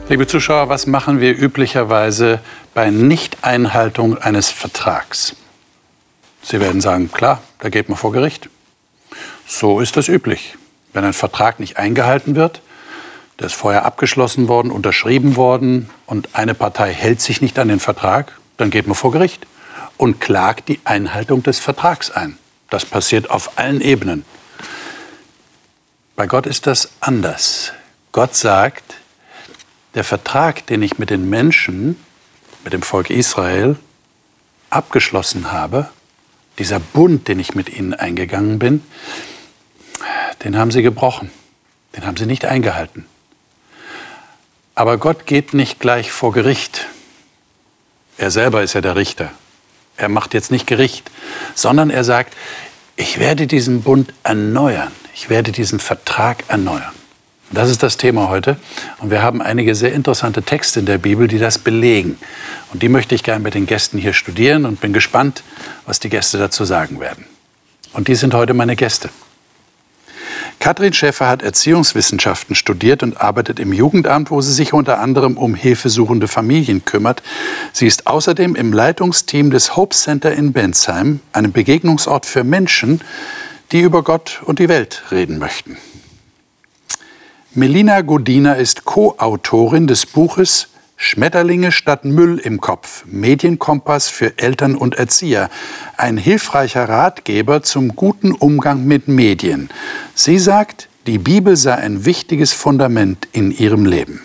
Liebe Zuschauer, was machen wir üblicherweise bei Nichteinhaltung eines Vertrags? Sie werden sagen, klar, da geht man vor Gericht. So ist das üblich. Wenn ein Vertrag nicht eingehalten wird, der ist vorher abgeschlossen worden, unterschrieben worden und eine Partei hält sich nicht an den Vertrag, dann geht man vor Gericht und klagt die Einhaltung des Vertrags ein. Das passiert auf allen Ebenen. Bei Gott ist das anders. Gott sagt, der Vertrag, den ich mit den Menschen, mit dem Volk Israel abgeschlossen habe, dieser Bund, den ich mit ihnen eingegangen bin, den haben sie gebrochen. Den haben sie nicht eingehalten. Aber Gott geht nicht gleich vor Gericht. Er selber ist ja der Richter. Er macht jetzt nicht Gericht, sondern er sagt, ich werde diesen Bund erneuern. Ich werde diesen Vertrag erneuern. Das ist das Thema heute. Und wir haben einige sehr interessante Texte in der Bibel, die das belegen. Und die möchte ich gerne mit den Gästen hier studieren und bin gespannt, was die Gäste dazu sagen werden. Und die sind heute meine Gäste. Katrin Schäfer hat Erziehungswissenschaften studiert und arbeitet im Jugendamt, wo sie sich unter anderem um hilfesuchende Familien kümmert. Sie ist außerdem im Leitungsteam des Hope Center in Bensheim, einem Begegnungsort für Menschen, die über Gott und die Welt reden möchten. Melina Godina ist Co-Autorin des Buches Schmetterlinge statt Müll im Kopf, Medienkompass für Eltern und Erzieher. Ein hilfreicher Ratgeber zum guten Umgang mit Medien. Sie sagt, die Bibel sei ein wichtiges Fundament in ihrem Leben.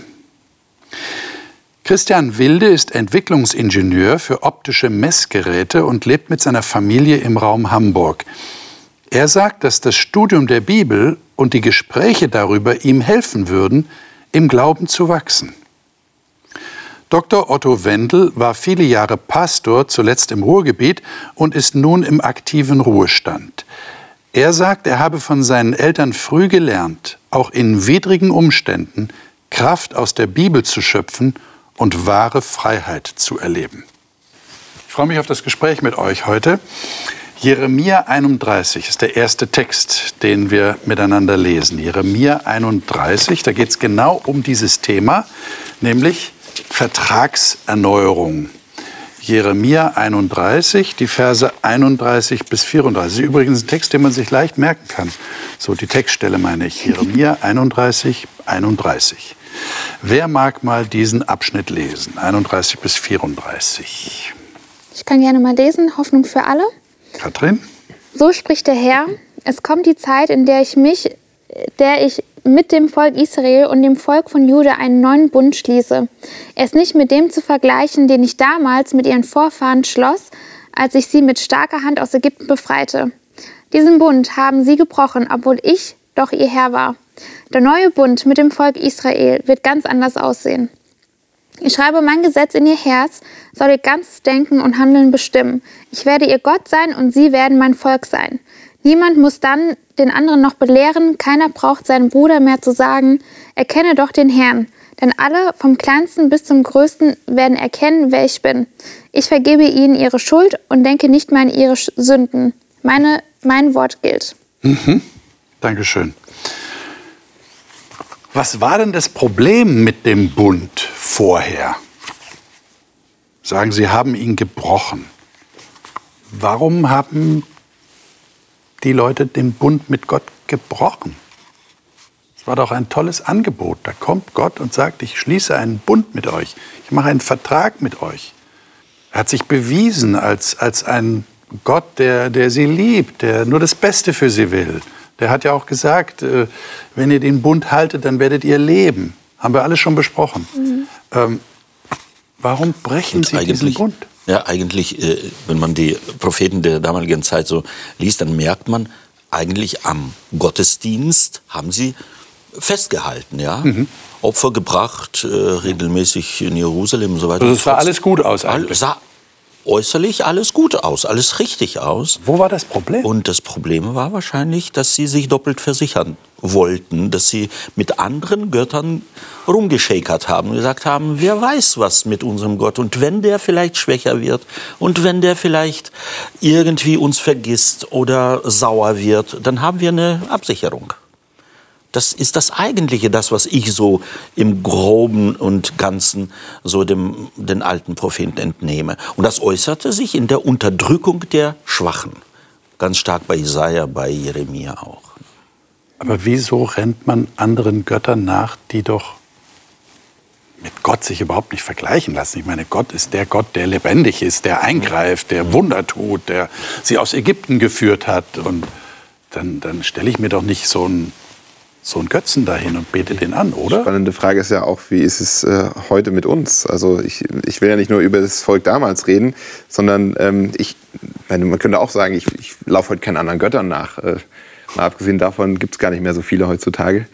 Christian Wilde ist Entwicklungsingenieur für optische Messgeräte und lebt mit seiner Familie im Raum Hamburg. Er sagt, dass das Studium der Bibel und die Gespräche darüber ihm helfen würden, im Glauben zu wachsen. Dr. Otto Wendel war viele Jahre Pastor, zuletzt im Ruhrgebiet, und ist nun im aktiven Ruhestand. Er sagt, er habe von seinen Eltern früh gelernt, auch in widrigen Umständen Kraft aus der Bibel zu schöpfen und wahre Freiheit zu erleben. Ich freue mich auf das Gespräch mit euch heute. Jeremia 31 ist der erste Text, den wir miteinander lesen. Jeremia 31, da geht es genau um dieses Thema, nämlich Vertragserneuerung. Jeremia 31, die Verse 31 bis 34. Übrigens ein Text, den man sich leicht merken kann. So, die Textstelle meine ich. Jeremia 31, 31. Wer mag mal diesen Abschnitt lesen? 31 bis 34. Ich kann gerne mal lesen. Hoffnung für alle. Katrin? So spricht der Herr, es kommt die Zeit, in der ich mit dem Volk Israel und dem Volk von Juda einen neuen Bund schließe. Er ist nicht mit dem zu vergleichen, den ich damals mit ihren Vorfahren schloss, als ich sie mit starker Hand aus Ägypten befreite. Diesen Bund haben sie gebrochen, obwohl ich doch ihr Herr war. Der neue Bund mit dem Volk Israel wird ganz anders aussehen. Ich schreibe mein Gesetz in ihr Herz, soll ihr ganzes Denken und Handeln bestimmen. Ich werde ihr Gott sein und sie werden mein Volk sein. Niemand muss dann den anderen noch belehren, keiner braucht seinem Bruder mehr zu sagen, erkenne doch den Herrn. Denn alle, vom Kleinsten bis zum Größten, werden erkennen, wer ich bin. Ich vergebe ihnen ihre Schuld und denke nicht mehr an ihre Sünden. Mein Wort gilt. Dankeschön. Was war denn das Problem mit dem Bund vorher? Sagen, Sie haben ihn gebrochen. Warum haben die Leute den Bund mit Gott gebrochen? Es war doch ein tolles Angebot. Da kommt Gott und sagt, ich schließe einen Bund mit euch. Ich mache einen Vertrag mit euch. Er hat sich bewiesen als ein Gott, der sie liebt, der nur das Beste für sie will. Der hat ja auch gesagt, wenn ihr den Bund haltet, dann werdet ihr leben. Haben wir alles schon besprochen. Warum brechen Sie diesen Bund? Ja, eigentlich, wenn man die Propheten der damaligen Zeit so liest, dann merkt man, eigentlich am Gottesdienst haben sie festgehalten, ja. Opfer gebracht, regelmäßig in Jerusalem und so weiter. Also es sah alles gut aus eigentlich. Sah äußerlich alles gut aus, alles richtig aus. Wo war das Problem? Und das Problem war wahrscheinlich, dass sie sich doppelt versichern wollten, dass sie mit anderen Göttern rumgeschäkert haben und gesagt haben, wer weiß was mit unserem Gott. Und wenn der vielleicht schwächer wird und wenn der vielleicht irgendwie uns vergisst oder sauer wird, dann haben wir eine Absicherung. Das ist das Eigentliche, das, was ich so im Groben und Ganzen so den alten Propheten entnehme. Und das äußerte sich in der Unterdrückung der Schwachen. Ganz stark bei Jesaja, bei Jeremia auch. Aber wieso rennt man anderen Göttern nach, die doch mit Gott sich überhaupt nicht vergleichen lassen? Ich meine, Gott ist der Gott, der lebendig ist, der eingreift, der Wunder tut, der sie aus Ägypten geführt hat. Und dann stelle ich mir doch nicht so einen Götzen dahin und bete den an, oder? Die spannende Frage ist ja auch, wie ist es heute mit uns? Also ich will ja nicht nur über das Volk damals reden, sondern man könnte auch sagen, ich laufe heute keinen anderen Göttern nach. Mal abgesehen davon gibt es gar nicht mehr so viele heutzutage.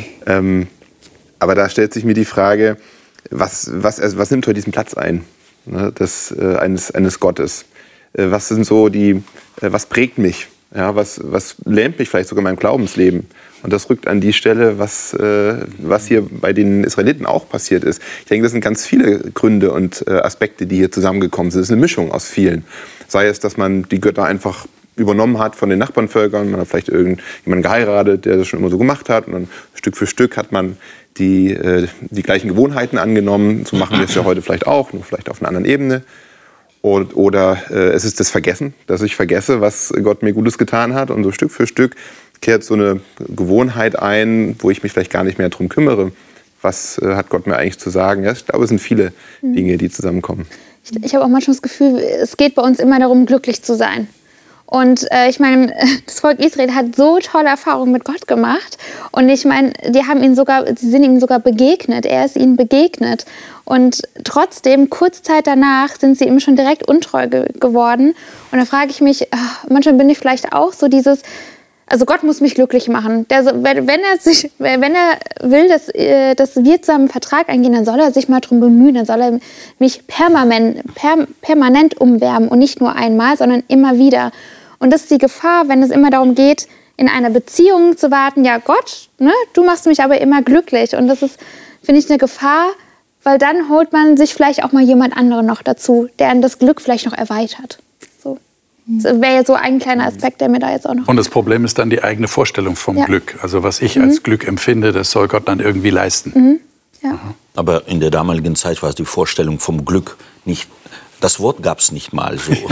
Aber da stellt sich mir die Frage, was nimmt heute diesen Platz ein, ne, eines Gottes? Was sind so was prägt mich? Ja, was lähmt mich vielleicht sogar in meinem Glaubensleben? Und das rückt an die Stelle, was hier bei den Israeliten auch passiert ist. Ich denke, das sind ganz viele Gründe und Aspekte, die hier zusammengekommen sind. Es ist eine Mischung aus vielen. Sei es, dass man die Götter einfach übernommen hat von den Nachbarnvölkern, man hat vielleicht irgendjemanden geheiratet, der das schon immer so gemacht hat, und dann Stück für Stück hat man die gleichen Gewohnheiten angenommen. So machen wir es ja heute vielleicht auch, nur vielleicht auf einer anderen Ebene. Oder es ist das Vergessen, dass ich vergesse, was Gott mir Gutes getan hat, und so Stück für Stück kehrt so eine Gewohnheit ein, wo ich mich vielleicht gar nicht mehr drum kümmere. Was hat Gott mir eigentlich zu sagen? Ja, ich glaube, es sind viele Dinge, die zusammenkommen. Ich habe auch manchmal das Gefühl, es geht bei uns immer darum, glücklich zu sein. Und ich meine, das Volk Israel hat so tolle Erfahrungen mit Gott gemacht. Und ich meine, sie sind ihm sogar begegnet. Er ist ihnen begegnet. Und trotzdem, kurz Zeit danach, sind sie ihm schon direkt untreu geworden. Und da frage ich mich, manchmal bin ich vielleicht auch so also Gott muss mich glücklich machen. Wenn er will, dass wir zusammen einen Vertrag eingehen, dann soll er sich mal darum bemühen, dann soll er mich permanent umwerben und nicht nur einmal, sondern immer wieder. Und das ist die Gefahr, wenn es immer darum geht, in einer Beziehung zu warten, ja Gott, ne, du machst mich aber immer glücklich. Und das ist, finde ich, eine Gefahr, weil dann holt man sich vielleicht auch mal jemand anderen noch dazu, der das Glück vielleicht noch erweitert. Das wäre ja so ein kleiner Aspekt, der mir da jetzt auch noch... Und das Problem ist dann die eigene Vorstellung vom Glück. Also was ich als Glück empfinde, das soll Gott dann irgendwie leisten. Ja. Aber in der damaligen Zeit war die Vorstellung vom Glück nicht... Das Wort gab es nicht mal so.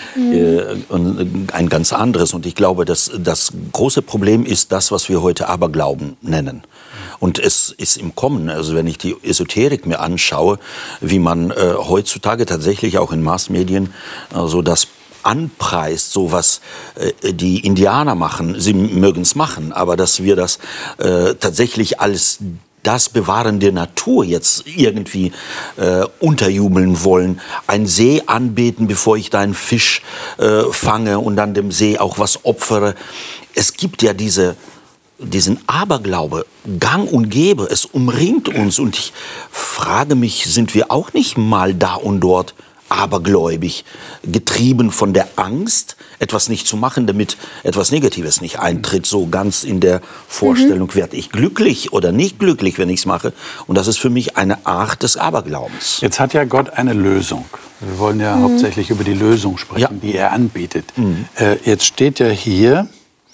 Und ein ganz anderes. Und ich glaube, dass das große Problem ist das, was wir heute Aberglauben nennen. Und es ist im Kommen. Also wenn ich die Esoterik mir anschaue, wie man heutzutage tatsächlich auch in Massmedien so das anpreist, so was die Indianer machen. Sie mögen es machen, aber dass wir das tatsächlich als das Bewahren der Natur jetzt irgendwie unterjubeln wollen. Ein See anbeten, bevor ich da einen Fisch fange und dann dem See auch was opfere. Es gibt ja diesen Aberglaube, gang und gäbe, es umringt uns. Und ich frage mich, sind wir auch nicht mal da und dort abergläubig, getrieben von der Angst, etwas nicht zu machen, damit etwas Negatives nicht eintritt. So ganz in der Vorstellung, werde ich glücklich oder nicht glücklich, wenn ich es mache. Und das ist für mich eine Art des Aberglaubens. Jetzt hat ja Gott eine Lösung. Wir wollen ja hauptsächlich über die Lösung sprechen, die er anbietet. Jetzt steht ja hier,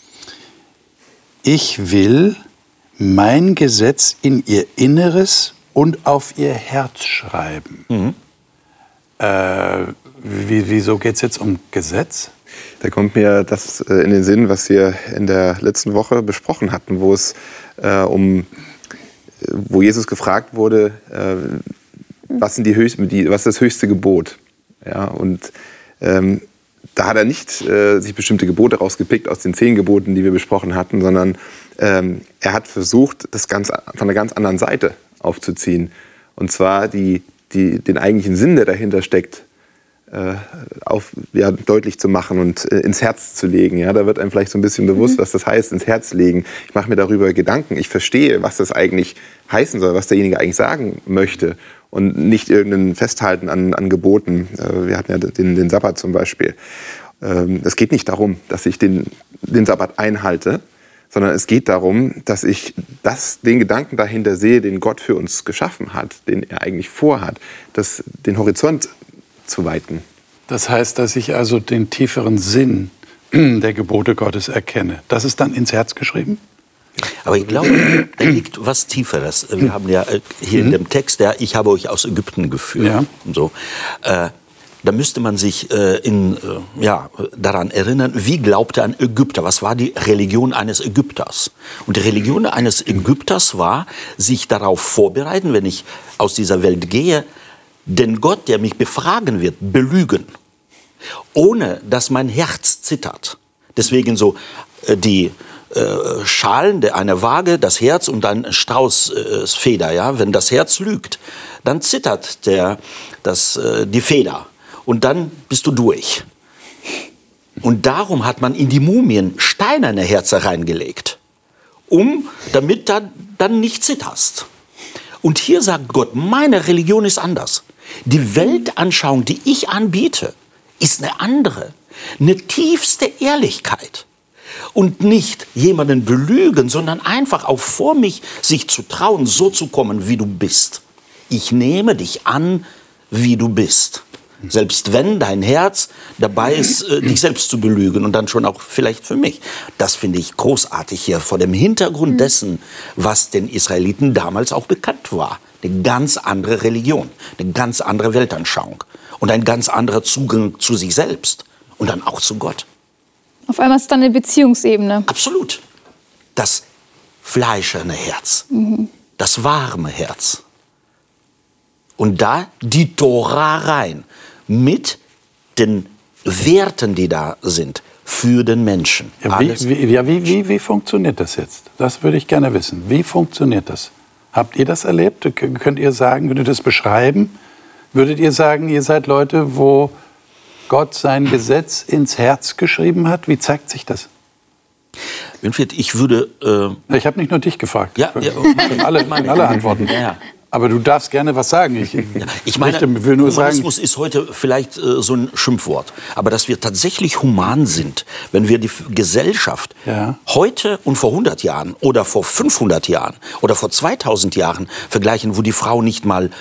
ich will mein Gesetz in ihr Inneres und auf ihr Herz schreiben. Wieso geht es jetzt um Gesetz? Da kommt mir das in den Sinn, was wir in der letzten Woche besprochen hatten, wo Jesus gefragt wurde, was ist das höchste Gebot? Ja, und da hat er nicht sich bestimmte Gebote rausgepickt aus den 10 Geboten, die wir besprochen hatten, sondern er hat versucht, das Ganze von einer ganz anderen Seite aufzuziehen. Und zwar den eigentlichen Sinn, der dahinter steckt, deutlich zu machen und ins Herz zu legen. Ja, da wird einem vielleicht so ein bisschen bewusst, was das heißt, ins Herz legen. Ich mache mir darüber Gedanken. Ich verstehe, was das eigentlich heißen soll, was derjenige eigentlich sagen möchte. Und nicht irgendein Festhalten an Geboten. Wir hatten ja den Sabbat zum Beispiel. Es geht nicht darum, dass ich den Sabbat einhalte, sondern es geht darum, dass ich den Gedanken dahinter sehe, den Gott für uns geschaffen hat, den er eigentlich vorhat, den Horizont zu weiten. Das heißt, dass ich also den tieferen Sinn der Gebote Gottes erkenne. Das ist dann ins Herz geschrieben? Aber ich glaube, da liegt was Tieferes. Wir haben ja hier in dem Text, ich habe euch aus Ägypten geführt. Ja. Und so. Da müsste man sich daran erinnern, wie glaubte ein Ägypter? Was war die Religion eines Ägypters? Und die Religion eines Ägypters war, sich darauf vorbereiten, wenn ich aus dieser Welt gehe, den Gott, der mich befragen wird, belügen, ohne dass mein Herz zittert. Deswegen so die Schalen einer Waage, das Herz und ein Straußfeder. Ja? Wenn das Herz lügt, dann zittert die Feder. Und dann bist du durch. Und darum hat man in die Mumien steinerne Herzen reingelegt, damit du dann nicht zitterst. Und hier sagt Gott, meine Religion ist anders. Die Weltanschauung, die ich anbiete, ist eine andere. Eine tiefste Ehrlichkeit. Und nicht jemanden belügen, sondern einfach auch vor mich sich zu trauen, so zu kommen, wie du bist. Ich nehme dich an, wie du bist. Selbst wenn dein Herz dabei ist, dich selbst zu belügen und dann schon auch vielleicht für mich. Das finde ich großartig hier vor dem Hintergrund dessen, was den Israeliten damals auch bekannt war. Eine ganz andere Religion, eine ganz andere Weltanschauung und ein ganz anderer Zugang zu sich selbst und dann auch zu Gott. Auf einmal ist es dann eine Beziehungsebene. Absolut. Das fleischerne Herz, das warme Herz. Und da die Tora rein mit den Werten, die da sind für den Menschen. Ja, wie funktioniert das jetzt? Das würde ich gerne wissen. Wie funktioniert das? Habt ihr das erlebt? Könnt ihr sagen, würdet ihr das beschreiben? Würdet ihr sagen, ihr seid Leute, wo Gott sein Gesetz ins Herz geschrieben hat? Wie zeigt sich das? Winfried, ich würde... Ich habe nicht nur dich gefragt. Ja, alle antworten. Ja. Aber du darfst gerne was sagen. Ich meine, will nur Humanismus sagen, ist heute vielleicht so ein Schimpfwort. Aber dass wir tatsächlich human sind, wenn wir die Gesellschaft heute und vor 100 Jahren oder vor 500 Jahren oder vor 2000 Jahren vergleichen, wo die Frau nicht mal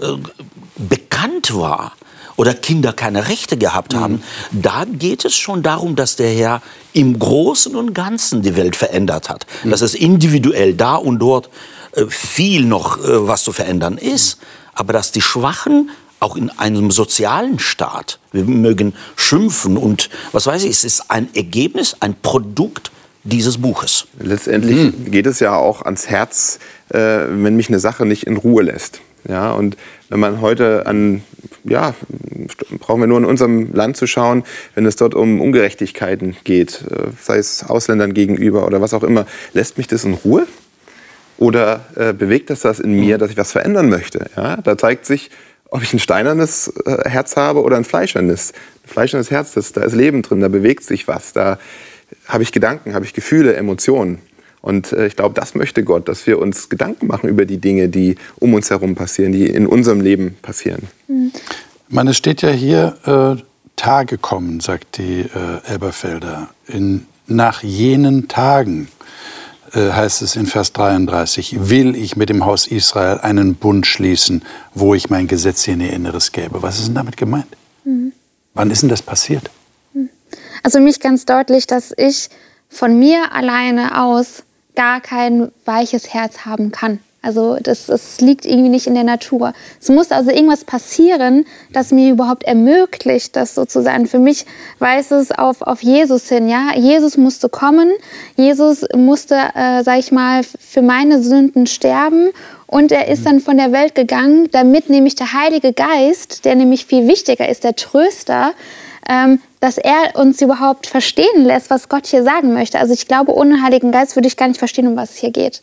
bekannt war oder Kinder keine Rechte gehabt haben, da geht es schon darum, dass der Herr im Großen und Ganzen die Welt verändert hat. Dass es individuell da und dort viel noch was zu verändern ist, aber dass die Schwachen auch in einem sozialen Staat, wir mögen schimpfen und was weiß ich, es ist ein Ergebnis, ein Produkt dieses Buches. Letztendlich geht es ja auch ans Herz, wenn mich eine Sache nicht in Ruhe lässt. Ja, und wenn man heute brauchen wir nur in unserem Land zu schauen, wenn es dort um Ungerechtigkeiten geht, sei es Ausländern gegenüber oder was auch immer, lässt mich das in Ruhe? Oder bewegt das in mir, dass ich was verändern möchte? Ja? Da zeigt sich, ob ich ein steinernes Herz habe oder ein fleischernes. Ein fleischernes Herz, da ist Leben drin, da bewegt sich was. Da habe ich Gedanken, habe ich Gefühle, Emotionen. Und ich glaube, das möchte Gott, dass wir uns Gedanken machen über die Dinge, die um uns herum passieren, die in unserem Leben passieren. Es steht ja hier, Tage kommen, sagt die Elberfelder. Nach jenen Tagen heißt es in Vers 33, will ich mit dem Haus Israel einen Bund schließen, wo ich mein Gesetz in ihr Inneres gäbe. Was ist denn damit gemeint? Wann ist denn das passiert? Also mich ganz deutlich, dass ich von mir alleine aus gar kein weiches Herz haben kann. Also das liegt irgendwie nicht in der Natur. Es muss also irgendwas passieren, das mir überhaupt ermöglicht, das so zu sein. Für mich weist es auf Jesus hin. Ja? Jesus musste kommen, Jesus musste, für meine Sünden sterben und er ist dann von der Welt gegangen, damit nämlich der Heilige Geist, der nämlich viel wichtiger ist, der Tröster, dass er uns überhaupt verstehen lässt, was Gott hier sagen möchte. Also ich glaube, ohne Heiligen Geist würde ich gar nicht verstehen, um was es hier geht.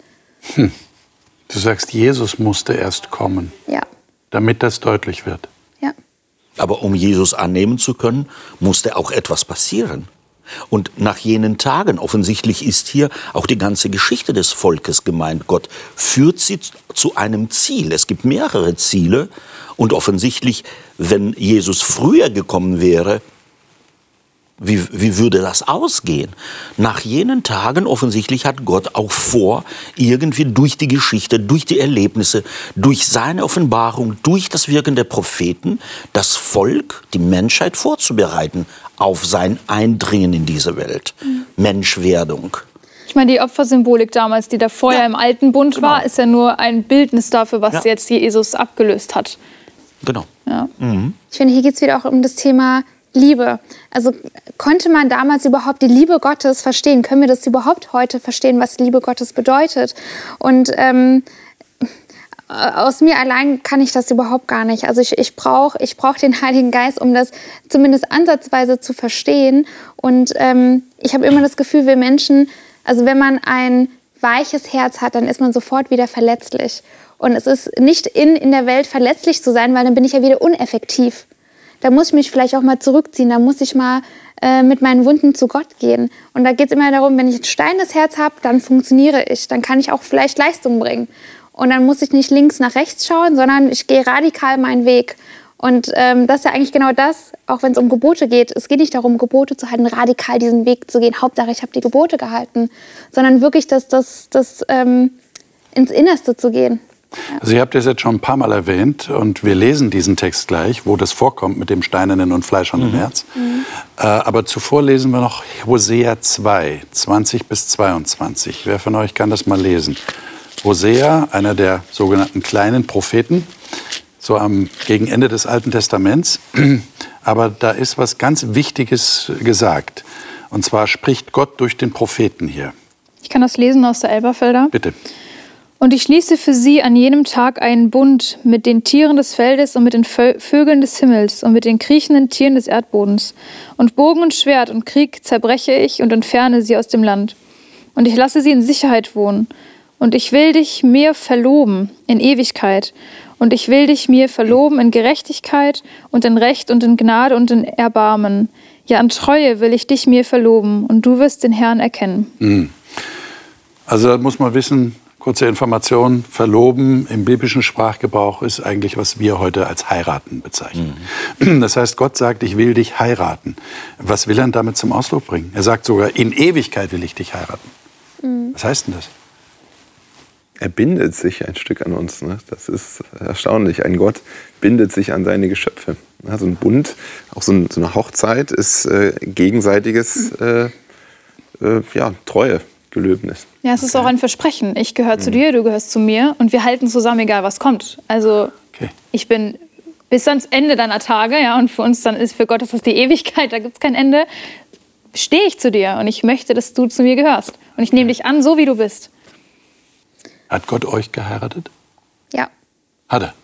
Du sagst, Jesus musste erst kommen, damit das deutlich wird. Ja. Aber um Jesus annehmen zu können, musste auch etwas passieren. Und nach jenen Tagen, offensichtlich ist hier auch die ganze Geschichte des Volkes gemeint. Gott führt sie zu einem Ziel. Es gibt mehrere Ziele. Und offensichtlich, wenn Jesus früher gekommen wäre, wie würde das ausgehen? Nach jenen Tagen offensichtlich hat Gott auch vor, irgendwie durch die Geschichte, durch die Erlebnisse, durch seine Offenbarung, durch das Wirken der Propheten, das Volk, die Menschheit vorzubereiten auf sein Eindringen in diese Welt. Menschwerdung. meine, die Opfersymbolik damals, die da vorher im alten Bund war, ist ja nur ein Bildnis dafür, was jetzt Jesus abgelöst hat. Genau. Ja. Ich finde, hier geht es wieder auch um das Thema Liebe. Also konnte man damals überhaupt die Liebe Gottes verstehen? Können wir das überhaupt heute verstehen, was Liebe Gottes bedeutet? Und aus mir allein kann ich das überhaupt gar nicht. Also ich brauch den Heiligen Geist, um das zumindest ansatzweise zu verstehen. Und ich habe immer das Gefühl, wir Menschen, also wenn man ein weiches Herz hat, dann ist man sofort wieder verletzlich. Und es ist nicht in der Welt verletzlich zu sein, weil dann bin ich ja wieder uneffektiv. Da muss ich mich vielleicht auch mal zurückziehen, da muss ich mal mit meinen Wunden zu Gott gehen. Und da geht es immer darum, wenn ich ein steinernes Herz habe, dann funktioniere ich. Dann kann ich auch vielleicht Leistung bringen. Und dann muss ich nicht links nach rechts schauen, sondern ich gehe radikal meinen Weg. Und das ist ja eigentlich genau das, auch wenn es um Gebote geht. Es geht nicht darum, Gebote zu halten, radikal diesen Weg zu gehen. Hauptsache, ich habe die Gebote gehalten. Sondern wirklich das ins Innerste zu gehen. Also ihr habt das jetzt schon ein paar Mal erwähnt und wir lesen diesen Text gleich, wo das vorkommt mit dem steinernen und fleischernen Herz. Aber zuvor lesen wir noch Hosea 2, 20 bis 22. Wer von euch kann das mal lesen? Hosea, einer der sogenannten kleinen Propheten, so am Gegenende des Alten Testaments. Aber da ist was ganz Wichtiges gesagt. Und zwar spricht Gott durch den Propheten hier. Ich kann das lesen aus der Elberfelder. Bitte. Und ich schließe für sie an jenem Tag einen Bund mit den Tieren des Feldes und mit den Vögeln des Himmels und mit den kriechenden Tieren des Erdbodens. Und Bogen und Schwert und Krieg zerbreche ich und entferne sie aus dem Land. Und ich lasse sie in Sicherheit wohnen. Und ich will dich mir verloben in Ewigkeit. Und ich will dich mir verloben in Gerechtigkeit und in Recht und in Gnade und in Erbarmen. Ja, an Treue will ich dich mir verloben. Und du wirst den Herrn erkennen. Also da muss man wissen, kurze Information, verloben im biblischen Sprachgebrauch ist eigentlich, was wir heute als heiraten bezeichnen. Das heißt, Gott sagt, ich will dich heiraten. Was will er damit zum Ausdruck bringen? Er sagt sogar, in Ewigkeit will ich dich heiraten. Was heißt denn das? Er bindet sich ein Stück an uns. Ne? Das ist erstaunlich. Ein Gott bindet sich an seine Geschöpfe. Also ein Bund, auch so eine Hochzeit ist gegenseitiges Treue. Gelöbnis. Ja, es ist auch ein Versprechen. Ich gehöre zu dir, du gehörst zu mir und wir halten zusammen, egal was kommt. Also ich bin bis ans Ende deiner Tage, ja, und für uns dann ist, für Gott ist das die Ewigkeit, da gibt es kein Ende, stehe ich zu dir und ich möchte, dass du zu mir gehörst. Und ich nehme dich an, so wie du bist. Hat Gott euch geheiratet? Ja. Hat er?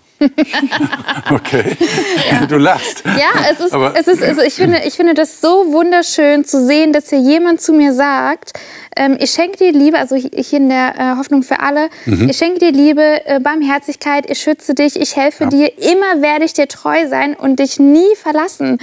Okay, ja. Du lachst. Ja, ich finde das so wunderschön zu sehen, dass hier jemand zu mir sagt, ich schenke dir Liebe, also hier in der Hoffnung für alle, ich schenke dir Liebe, Barmherzigkeit, ich schütze dich, ich helfe dir, immer werde ich dir treu sein und dich nie verlassen.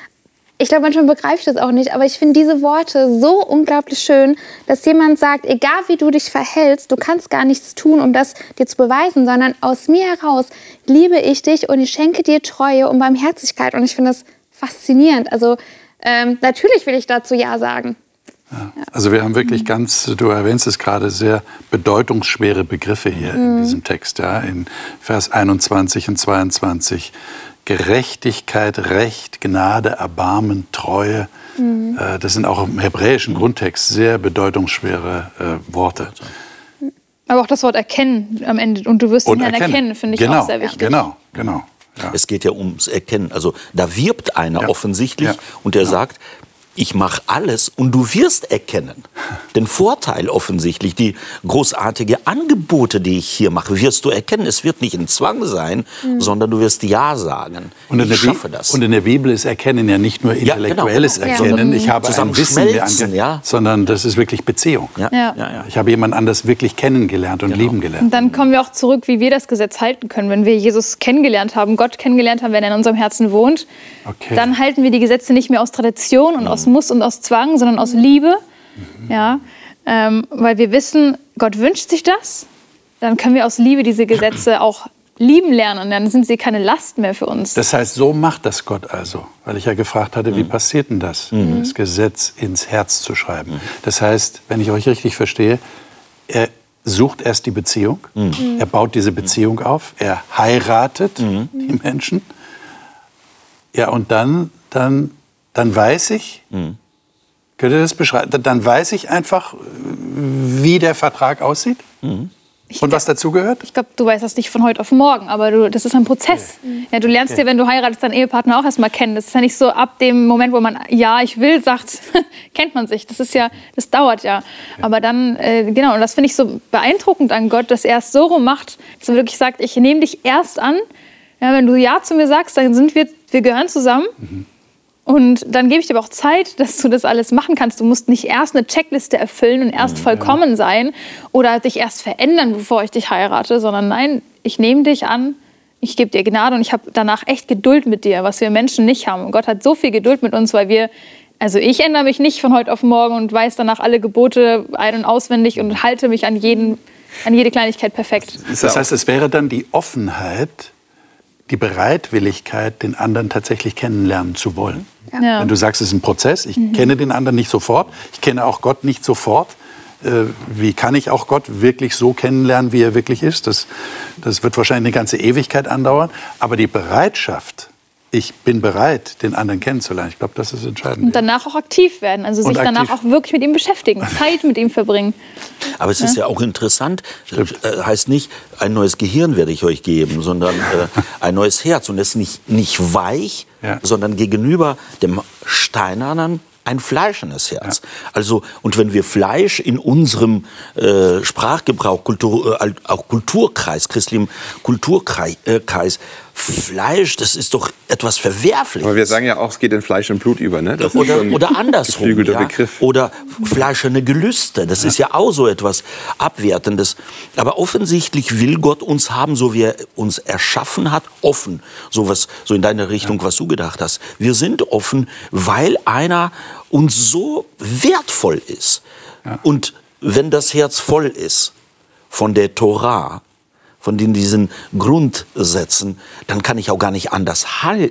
Ich glaube, manchmal begreife ich das auch nicht, aber ich finde diese Worte so unglaublich schön, dass jemand sagt, egal wie du dich verhältst, du kannst gar nichts tun, um das dir zu beweisen, sondern aus mir heraus liebe ich dich und ich schenke dir Treue und Barmherzigkeit. Und ich finde das faszinierend. Also natürlich will ich dazu Ja sagen. Ja. Also wir haben wirklich du erwähnst es gerade, sehr bedeutungsschwere Begriffe hier in diesem Text. Ja? In Vers 21 und 22. Gerechtigkeit, Recht, Gnade, Erbarmen, Treue. Das sind auch im hebräischen Grundtext sehr bedeutungsschwere Worte. Aber auch das Wort erkennen am Ende. Und du wirst den Herrn erkennen, finde ich auch sehr wichtig. Genau. Ja. Es geht ja ums Erkennen. Also da wirbt einer offensichtlich und der sagt, ich mache alles und du wirst erkennen. Den Vorteil offensichtlich, die großartigen Angebote, die ich hier mache, wirst du erkennen. Es wird nicht ein Zwang sein, sondern du wirst Ja sagen. Und ich schaffe das. Und in der Bibel ist Erkennen ja nicht nur intellektuelles Erkennen. Ich habe ein Wissen, sondern das ist wirklich Beziehung. Ja. Ich habe jemand anders wirklich kennengelernt und lieben gelernt. Und dann kommen wir auch zurück, wie wir das Gesetz halten können. Wenn wir Jesus kennengelernt haben, Gott kennengelernt haben, wenn er in unserem Herzen wohnt, dann halten wir die Gesetze nicht mehr aus Tradition und aus Muss und aus Zwang, sondern aus Liebe. Ja, weil wir wissen, Gott wünscht sich das. Dann können wir aus Liebe diese Gesetze auch lieben lernen. Dann sind sie keine Last mehr für uns. Das heißt, so macht das Gott also. Weil ich ja gefragt hatte, wie passiert denn das, das Gesetz ins Herz zu schreiben. Das heißt, wenn ich euch richtig verstehe, er sucht erst die Beziehung. Er baut diese Beziehung auf. Er heiratet die Menschen. Ja, und dann weiß ich, Könnt ihr das beschreiben? Dann weiß ich einfach, wie der Vertrag aussieht und was dazugehört? Ich glaube, du weißt das nicht von heute auf morgen, aber das ist ein Prozess. Okay. Ja, du lernst dir, wenn du heiratest, deinen Ehepartner auch erstmal kennen. Das ist ja nicht so ab dem Moment, wo man ja, ich will, sagt, kennt man sich. Das dauert ja. Aber dann, genau, und das finde ich so beeindruckend an Gott, dass er es so rum macht, dass er wirklich sagt, ich nehme dich erst an. Ja, wenn du Ja zu mir sagst, dann sind wir gehören zusammen. Und dann gebe ich dir aber auch Zeit, dass du das alles machen kannst. Du musst nicht erst eine Checkliste erfüllen und erst vollkommen sein oder dich erst verändern, bevor ich dich heirate, sondern nein, ich nehme dich an, ich gebe dir Gnade und ich habe danach echt Geduld mit dir, was wir Menschen nicht haben. Und Gott hat so viel Geduld mit uns, weil ich ändere mich nicht von heute auf morgen und weiß danach alle Gebote ein- und auswendig und halte mich an jede Kleinigkeit perfekt. Das heißt, es wäre dann die Offenheit, die Bereitwilligkeit, den anderen tatsächlich kennenlernen zu wollen. Ja. Wenn du sagst, es ist ein Prozess, ich kenne den anderen nicht sofort, ich kenne auch Gott nicht sofort. Wie kann ich auch Gott wirklich so kennenlernen, wie er wirklich ist? Das wird wahrscheinlich eine ganze Ewigkeit andauern. Aber die Bereitschaft, ich bin bereit, den anderen kennenzulernen, ich glaube, das ist entscheidend. Und danach auch aktiv werden, also sich danach auch wirklich mit ihm beschäftigen, Zeit mit ihm verbringen. Aber es ist ja auch interessant, heißt nicht, ein neues Gehirn werde ich euch geben, sondern ein neues Herz. Und es ist nicht weich, sondern gegenüber dem Steinernen ein fleischendes Herz. Ja. Also, und wenn wir Fleisch in unserem Sprachgebrauch, auch Kulturkreis, christlichem Kulturkreis, Fleisch, das ist doch etwas Verwerfliches. Aber wir sagen ja auch, es geht in Fleisch und Blut über, ne? Das ist schon oder andersrum. Geflügelter Begriff. Oder fleischerne Gelüste, das ist ja auch so etwas Abwertendes. Aber offensichtlich will Gott uns haben, so wie er uns erschaffen hat, offen. So in deine Richtung, was du gedacht hast. Wir sind offen, weil einer uns so wertvoll ist. Ja. Und wenn das Herz voll ist von der Torah, von diesen Grundsätzen, dann kann ich auch gar nicht anders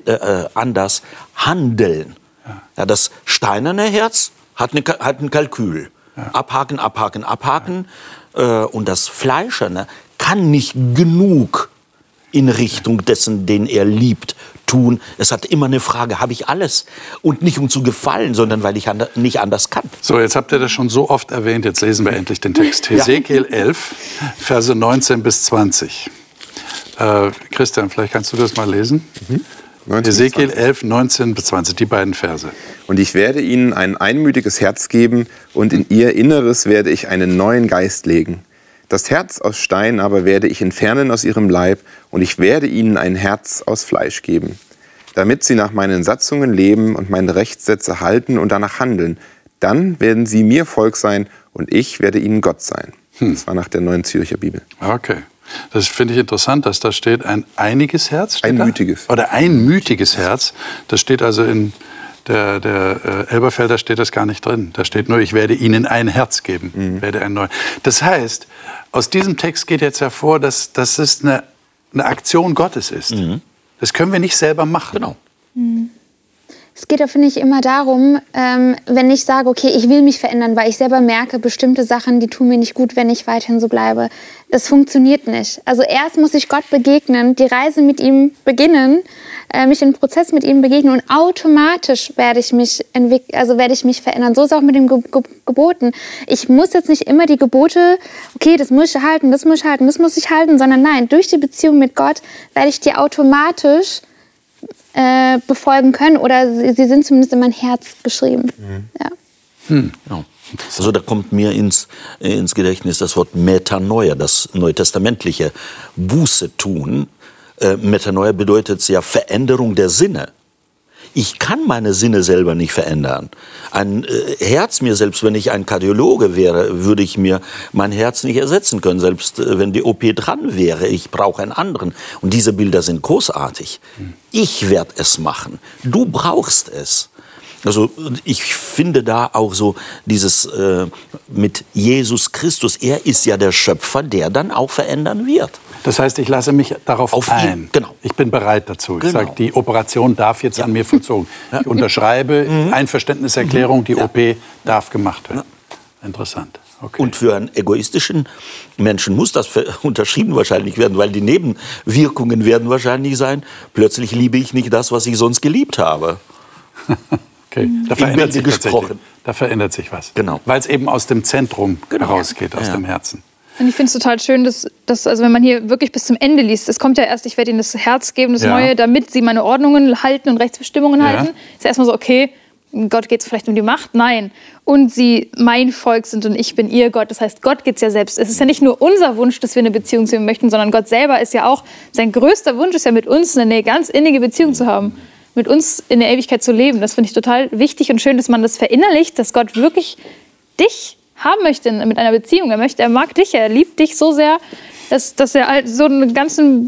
handeln. Ja, das steinerne Herz hat ein Kalkül. Ja. Abhaken. Und das Fleischerne kann nicht genug in Richtung dessen, den er liebt, tun. Es hat immer eine Frage, habe ich alles? Und nicht um zu gefallen, sondern weil ich nicht anders kann. So, jetzt habt ihr das schon so oft erwähnt, jetzt lesen wir endlich den Text. Hesekiel 11, Verse 19 bis 20. Christian, vielleicht kannst du das mal lesen. Hesekiel 11, 19 bis 20, die beiden Verse. Und ich werde ihnen ein einmütiges Herz geben und in ihr Inneres werde ich einen neuen Geist legen. Das Herz aus Stein aber werde ich entfernen aus ihrem Leib und ich werde ihnen ein Herz aus Fleisch geben, damit sie nach meinen Satzungen leben und meine Rechtssätze halten und danach handeln. Dann werden sie mir Volk sein und ich werde ihnen Gott sein. Das war nach der Neuen Zürcher Bibel. Okay. Das finde ich interessant, dass da steht ein einiges Herz. Einmütiges. Oder einmütiges Herz. Das steht also in der Elberfelder steht das gar nicht drin. Da steht nur, ich werde ihnen ein Herz geben. Werde ein neues. Das heißt, aus diesem Text geht jetzt hervor, dass es eine Aktion Gottes ist. Das können wir nicht selber machen. Genau. Es geht, finde ich, immer darum, wenn ich sage, okay, ich will mich verändern, weil ich selber merke, bestimmte Sachen, die tun mir nicht gut, wenn ich weiterhin so bleibe. Das funktioniert nicht. Also erst muss ich Gott begegnen, die Reise mit ihm beginnen, mich in den Prozess mit ihm begegnen und automatisch werde ich mich verändern. So ist es auch mit den Geboten. Ich muss jetzt nicht immer die Gebote, okay, das muss ich halten, das muss ich halten, das muss ich halten, sondern nein, durch die Beziehung mit Gott werde ich die automatisch befolgen können oder sie sind zumindest in mein Herz geschrieben. Ja. Genau. Also da kommt mir ins Gedächtnis das Wort Metanoia, das neutestamentliche Buße tun. Metanoia bedeutet ja Veränderung der Sinne. Ich kann meine Sinne selber nicht verändern. Ein Herz mir, selbst wenn ich ein Kardiologe wäre, würde ich mir mein Herz nicht ersetzen können, selbst wenn die OP dran wäre. Ich brauche einen anderen. Und diese Bilder sind großartig. Ich werde es machen. Du brauchst es. Also ich finde da auch so dieses mit Jesus Christus, er ist ja der Schöpfer, der dann auch verändern wird. Das heißt, ich lasse mich darauf ein. Genau. Ich bin bereit dazu. Ich Genau. sage, die Operation darf jetzt an mir vollzogen. Ich unterschreibe Einverständniserklärung, die OP darf gemacht werden. Interessant. Okay. Und für einen egoistischen Menschen muss das unterschrieben wahrscheinlich werden, weil die Nebenwirkungen werden wahrscheinlich sein, plötzlich liebe ich nicht das, was ich sonst geliebt habe. Okay. Da verändert sich was. Genau. Weil es eben aus dem Zentrum herausgeht, aus dem Herzen. Und ich finde es total schön, dass also wenn man hier wirklich bis zum Ende liest, es kommt ja erst, ich werde ihnen das Herz geben, das Neue, damit sie meine Ordnungen halten und Rechtsbestimmungen halten. Ist ja erstmal so, okay, Gott geht es vielleicht um die Macht? Nein. Und sie mein Volk sind und ich bin ihr Gott. Das heißt, Gott geht es ja selbst. Es ist ja nicht nur unser Wunsch, dass wir eine Beziehung zu ihm möchten, sondern Gott selber ist ja auch, sein größter Wunsch ist ja, mit uns eine ganz innige Beziehung zu haben. Mit uns in der Ewigkeit zu leben. Das finde ich total wichtig und schön, dass man das verinnerlicht, dass Gott wirklich dich haben möchte mit einer Beziehung. Er mag dich, er liebt dich so sehr, dass er halt so einen ganzen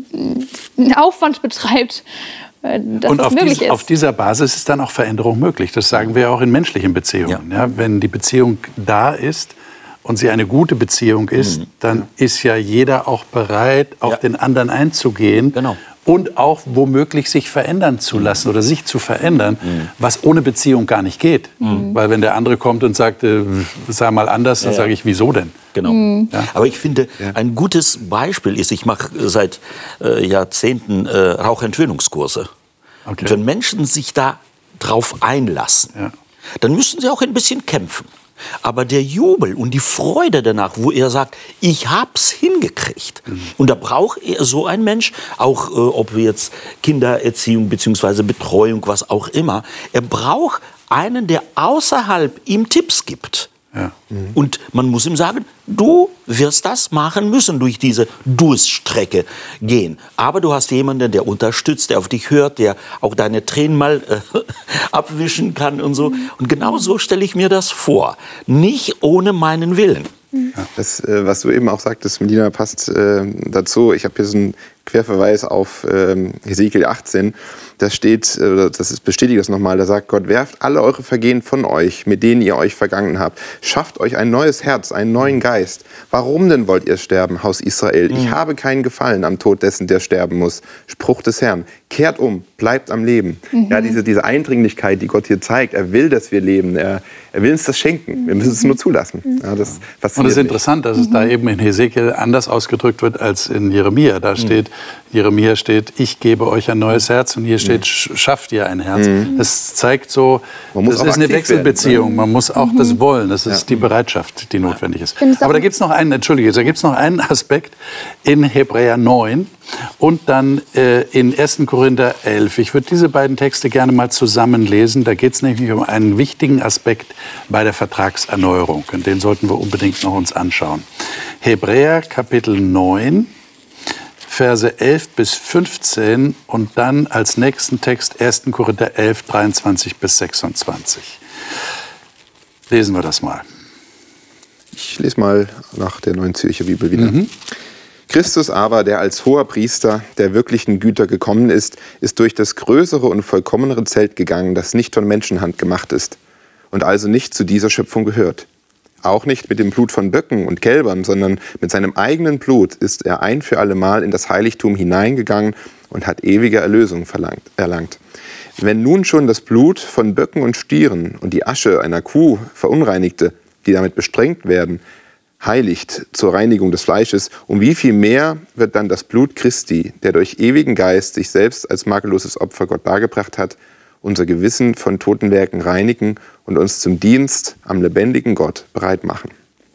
Aufwand betreibt, dass und das möglich ist. Auf dieser Basis ist dann auch Veränderung möglich. Das sagen wir auch in menschlichen Beziehungen. Ja. Wenn die Beziehung da ist und sie eine gute Beziehung ist, dann ist ja jeder auch bereit, auf den anderen einzugehen. Genau. Und auch womöglich sich verändern zu lassen oder sich zu verändern, was ohne Beziehung gar nicht geht. Weil wenn der andere kommt und sagt, sei mal anders, dann sage ich, wieso denn? Genau. Ja. Aber ich finde, ein gutes Beispiel ist, ich mache seit Jahrzehnten Rauchentwöhnungskurse. Okay. Und wenn Menschen sich da drauf einlassen, dann müssen sie auch ein bisschen kämpfen. Aber der Jubel und die Freude danach, wo er sagt, ich hab's hingekriegt. Und da braucht er so ein Mensch, auch ob wir jetzt Kindererziehung bzw. Betreuung, was auch immer, er braucht einen, der außerhalb ihm Tipps gibt. Ja. Und man muss ihm sagen, du wirst das machen müssen, durch diese Durststrecke gehen. Aber du hast jemanden, der unterstützt, der auf dich hört, der auch deine Tränen mal abwischen kann und so. Und genau so stelle ich mir das vor. Nicht ohne meinen Willen. Ja, das, was du eben auch sagtest, Melina, passt dazu. Ich habe hier so einen Querverweis auf Hesekiel 18. Da steht, bestätigt das nochmal, da sagt Gott, werft alle eure Vergehen von euch, mit denen ihr euch vergangen habt. Schafft euch ein neues Herz, einen neuen Geist. Warum denn wollt ihr sterben, Haus Israel? Ich habe keinen Gefallen am Tod dessen, der sterben muss. Spruch des Herrn. Kehrt um, bleibt am Leben. Ja, diese Eindringlichkeit, die Gott hier zeigt, er will, dass wir leben. Er will uns das schenken. Wir müssen es nur zulassen. Ja, das und es ist interessant, dass es da eben in Hesekiel anders ausgedrückt wird als in Jeremia. Da steht, Jeremia steht, ich gebe euch ein neues Herz, und hier steht, schafft ihr ein Herz. Das zeigt so, das ist eine Wechselbeziehung. Man muss auch das wollen. Das ist die Bereitschaft, die notwendig ist. Aber da gibt es noch einen Aspekt in Hebräer 9 und dann in 1. Korinther 11. Ich würde diese beiden Texte gerne mal zusammenlesen. Da geht es nämlich um einen wichtigen Aspekt bei der Vertragserneuerung. Und den sollten wir unbedingt noch uns anschauen. Hebräer Kapitel 9. Verse 11 bis 15 und dann als nächsten Text 1. Korinther 11, 23 bis 26. Lesen wir das mal. Ich lese mal nach der Neuen Zürcher Bibel wieder. Christus aber, der als hoher Priester der wirklichen Güter gekommen ist, ist durch das größere und vollkommenere Zelt gegangen, das nicht von Menschenhand gemacht ist und also nicht zu dieser Schöpfung gehört. Auch nicht mit dem Blut von Böcken und Kälbern, sondern mit seinem eigenen Blut ist er ein für alle Mal in das Heiligtum hineingegangen und hat ewige Erlösung erlangt. Wenn nun schon das Blut von Böcken und Stieren und die Asche einer Kuh verunreinigte, die damit besprengt werden, heiligt zur Reinigung des Fleisches, um wie viel mehr wird dann das Blut Christi, der durch ewigen Geist sich selbst als makelloses Opfer Gott dargebracht hat, unser Gewissen von toten Werken reinigen und uns zum Dienst am lebendigen Gott bereit machen.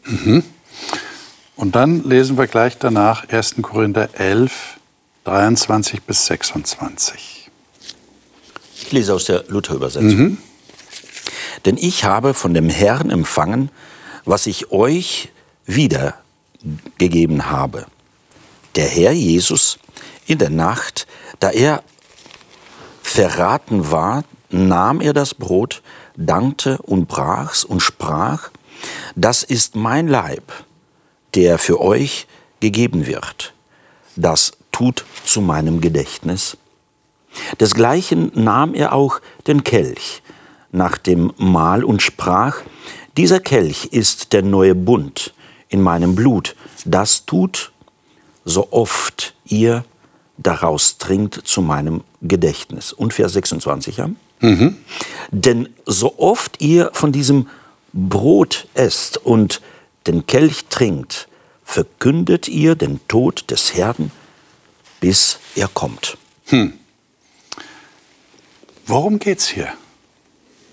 Und dann lesen wir gleich danach 1. Korinther 11, 23 bis 26. Ich lese aus der Luther-Übersetzung. Denn ich habe von dem Herrn empfangen, was ich euch wiedergegeben habe. Der Herr Jesus in der Nacht, da er verraten war, nahm er das Brot, dankte und brach's und sprach, das ist mein Leib, der für euch gegeben wird. Das tut zu meinem Gedächtnis. Desgleichen nahm er auch den Kelch nach dem Mahl und sprach, dieser Kelch ist der neue Bund in meinem Blut. Das tut, so oft ihr daraus trinkt, zu meinem Gedächtnis. Und Vers 26. Ja? Denn so oft ihr von diesem Brot esst und den Kelch trinkt, verkündet ihr den Tod des Herrn, bis er kommt. Worum geht's hier?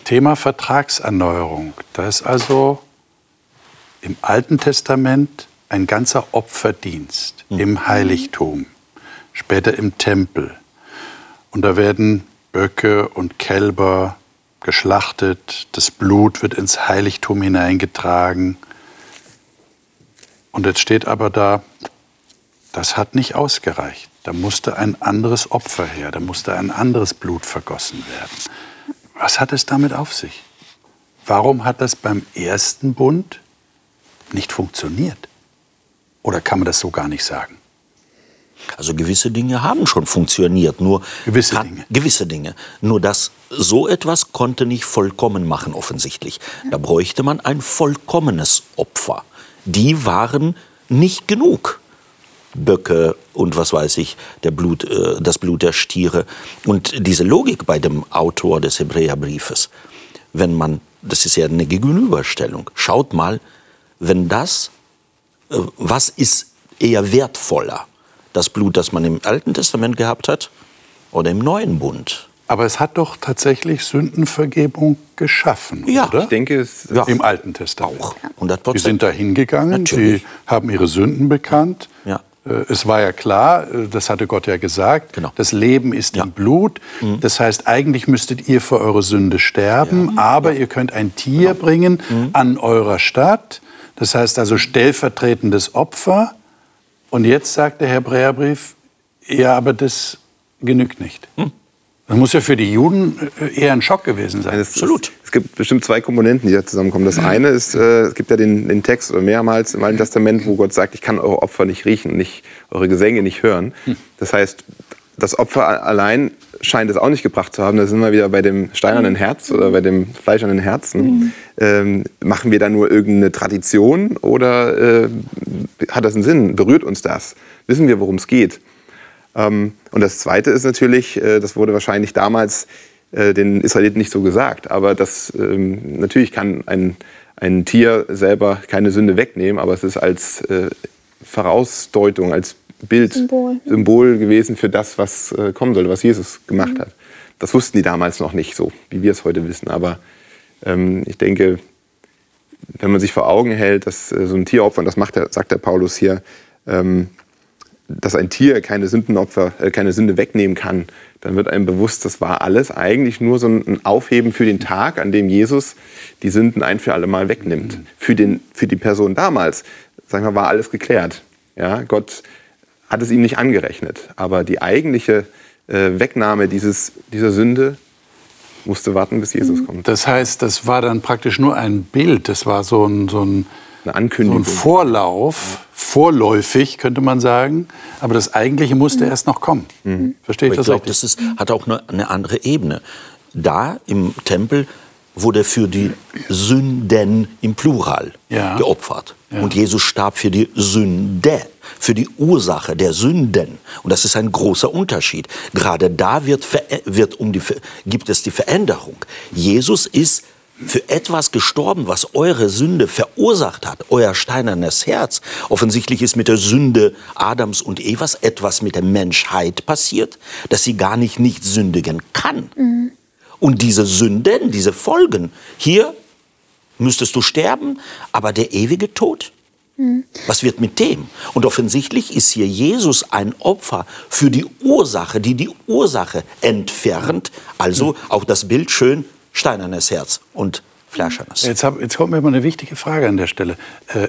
Thema Vertragserneuerung. Da ist also im Alten Testament ein ganzer Opferdienst im Heiligtum, später im Tempel. Und da werden Böcke und Kälber geschlachtet, das Blut wird ins Heiligtum hineingetragen. Und jetzt steht aber da, das hat nicht ausgereicht. Da musste ein anderes Opfer her, da musste ein anderes Blut vergossen werden. Was hat es damit auf sich? Warum hat das beim ersten Bund nicht funktioniert? Oder kann man das so gar nicht sagen? Also gewisse Dinge haben schon funktioniert, nur gewisse Dinge. Nur dass so etwas konnte nicht vollkommen machen offensichtlich. Da bräuchte man ein vollkommenes Opfer. Die waren nicht genug. Böcke und was weiß ich, das Blut der Stiere. Und diese Logik bei dem Autor des Hebräerbriefes, das ist ja eine Gegenüberstellung. Schaut mal, was ist eher wertvoller? Das Blut, das man im Alten Testament gehabt hat oder im Neuen Bund? Aber es hat doch tatsächlich Sündenvergebung geschaffen, ja, oder? Ich denke, es Im Alten Testament. Auch, 100%. Die sind da hingegangen, Natürlich. sie haben ihre Sünden bekannt. Ja. Es war ja klar, das hatte Gott ja gesagt, Genau. das Leben ist im Blut. Das heißt, eigentlich müsstet ihr für eure Sünde sterben, aber ihr könnt ein Tier bringen an eurer Stadt. Das heißt also stellvertretendes Opfer. Und jetzt sagt der Hebräerbrief, ja, aber das genügt nicht. Das muss ja für die Juden eher ein Schock gewesen sein. Absolut. Es gibt bestimmt zwei Komponenten, die da zusammenkommen. Das eine ist, es gibt ja den Text oder mehrmals im Alten Testament, wo Gott sagt, ich kann eure Opfer nicht riechen, eure Gesänge nicht hören. Das heißt, das Opfer allein scheint es auch nicht gebracht zu haben. Da sind wir wieder bei dem steinernen Herz oder bei dem fleischernen Herzen. Machen wir da nur irgendeine Tradition oder hat das einen Sinn? Berührt uns das? Wissen wir, worum es geht? Und das Zweite ist natürlich, das wurde wahrscheinlich damals den Israeliten nicht so gesagt, aber natürlich kann ein Tier selber keine Sünde wegnehmen, aber es ist als Vorausdeutung, als Symbol gewesen für das, was kommen soll, was Jesus gemacht hat. Das wussten die damals noch nicht so, wie wir es heute wissen. Aber ich denke, wenn man sich vor Augen hält, dass so ein Tieropfer, und das sagt der Paulus hier, dass ein Tier keine Sünde wegnehmen kann, dann wird einem bewusst, das war alles eigentlich nur so ein Aufheben für den Tag, an dem Jesus die Sünden ein für alle Mal wegnimmt. Für die Person damals, sagen wir, war alles geklärt. Ja, Gott hat es ihm nicht angerechnet. Aber die eigentliche Wegnahme dieser Sünde musste warten, bis Jesus kommt. Das heißt, das war dann praktisch nur ein Bild. Das war so eine Ankündigung. So ein Vorlauf, vorläufig könnte man sagen. Aber das Eigentliche musste erst noch kommen. Verstehe ich das richtig? Ich glaube, das hat auch eine andere Ebene. Da im Tempel wurde für die Sünden im Plural geopfert. Ja. Und Jesus starb für die Sünde, für die Ursache der Sünden. Und das ist ein großer Unterschied. Gerade da gibt es die Veränderung. Jesus ist für etwas gestorben, was eure Sünde verursacht hat, euer steinernes Herz. Offensichtlich ist mit der Sünde Adams und Evas etwas mit der Menschheit passiert, dass sie gar nicht sündigen kann. Und diese Sünden, diese Folgen, hier müsstest du sterben, aber der ewige Tod, was wird mit dem? Und offensichtlich ist hier Jesus ein Opfer für die Ursache, die Ursache entfernt. Also auch das Bild schön steinernes Herz und fleischernes. Jetzt kommt mir mal eine wichtige Frage an der Stelle.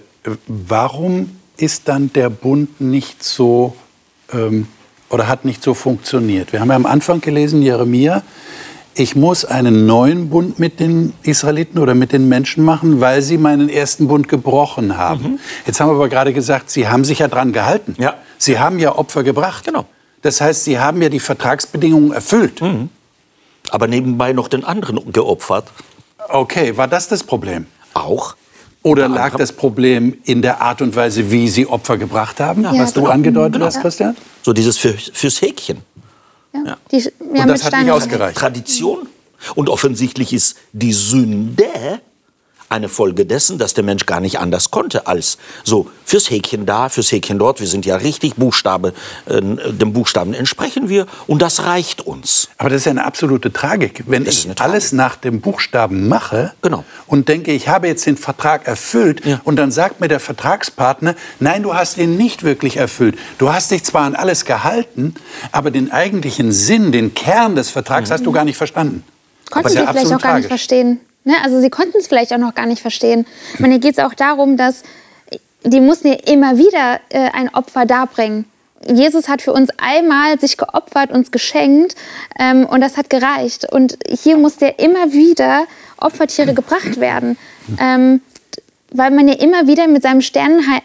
Warum ist dann der Bund nicht so oder hat nicht so funktioniert? Wir haben ja am Anfang gelesen, Jeremia, ich muss einen neuen Bund mit den Israeliten oder mit den Menschen machen, weil sie meinen ersten Bund gebrochen haben. Jetzt haben wir aber gerade gesagt, sie haben sich ja dran gehalten. Ja. Sie haben ja Opfer gebracht. Genau. Das heißt, sie haben ja die Vertragsbedingungen erfüllt. Aber nebenbei noch den anderen geopfert. Okay, war das Problem? Auch. Oder lag das Problem in der Art und Weise, wie sie Opfer gebracht haben, was du angedeutet hast, Christian? So dieses fürs Häkchen. Ja. Und das hat nicht ausgereicht. Tradition. Und offensichtlich ist die Sünde eine Folge dessen, dass der Mensch gar nicht anders konnte als so fürs Häkchen da, fürs Häkchen dort. Wir sind ja richtig dem Buchstaben entsprechen wir und das reicht uns. Aber das ist ja eine absolute Tragik, wenn ich alles nach dem Buchstaben mache und denke, ich habe jetzt den Vertrag erfüllt und dann sagt mir der Vertragspartner, nein, du hast ihn nicht wirklich erfüllt. Du hast dich zwar an alles gehalten, aber den eigentlichen Sinn, den Kern des Vertrags hast du gar nicht verstanden. Konnten sie vielleicht auch gar nicht verstehen. Ne? Also sie konnten es vielleicht auch noch gar nicht verstehen. Ich meine, hier geht es auch darum, dass die mussten ja immer wieder ein Opfer darbringen. Jesus hat für uns einmal sich geopfert, uns geschenkt und das hat gereicht. Und hier musste ja immer wieder Opfertiere gebracht werden, weil man ja immer wieder mit seinem steinernen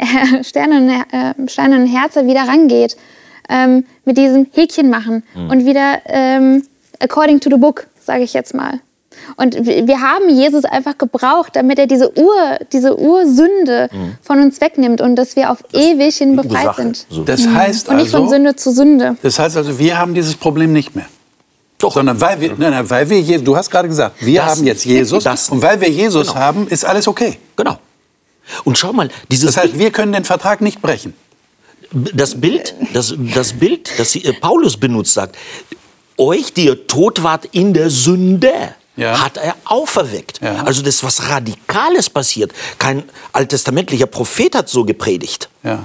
Herz wieder rangeht, mit diesem Häkchen machen und wieder according to the book, sage ich jetzt mal. Und wir haben Jesus einfach gebraucht, damit er diese Ursünde von uns wegnimmt und dass wir auf ewig hin befreit sind. Das heißt und nicht von Sünde zu Sünde. Das heißt also, wir haben dieses Problem nicht mehr. Doch. Sondern weil wir Jesus, du hast gerade gesagt, wir haben jetzt Jesus und weil wir Jesus haben, ist alles okay. Genau. Und schau mal, das heißt, wir können den Vertrag nicht brechen. Das Bild, das Paulus benutzt, sagt, euch, die ihr tot wart in der Sünde, hat er auferweckt. Ja. Also das ist was Radikales passiert. Kein alttestamentlicher Prophet hat so gepredigt. Ja.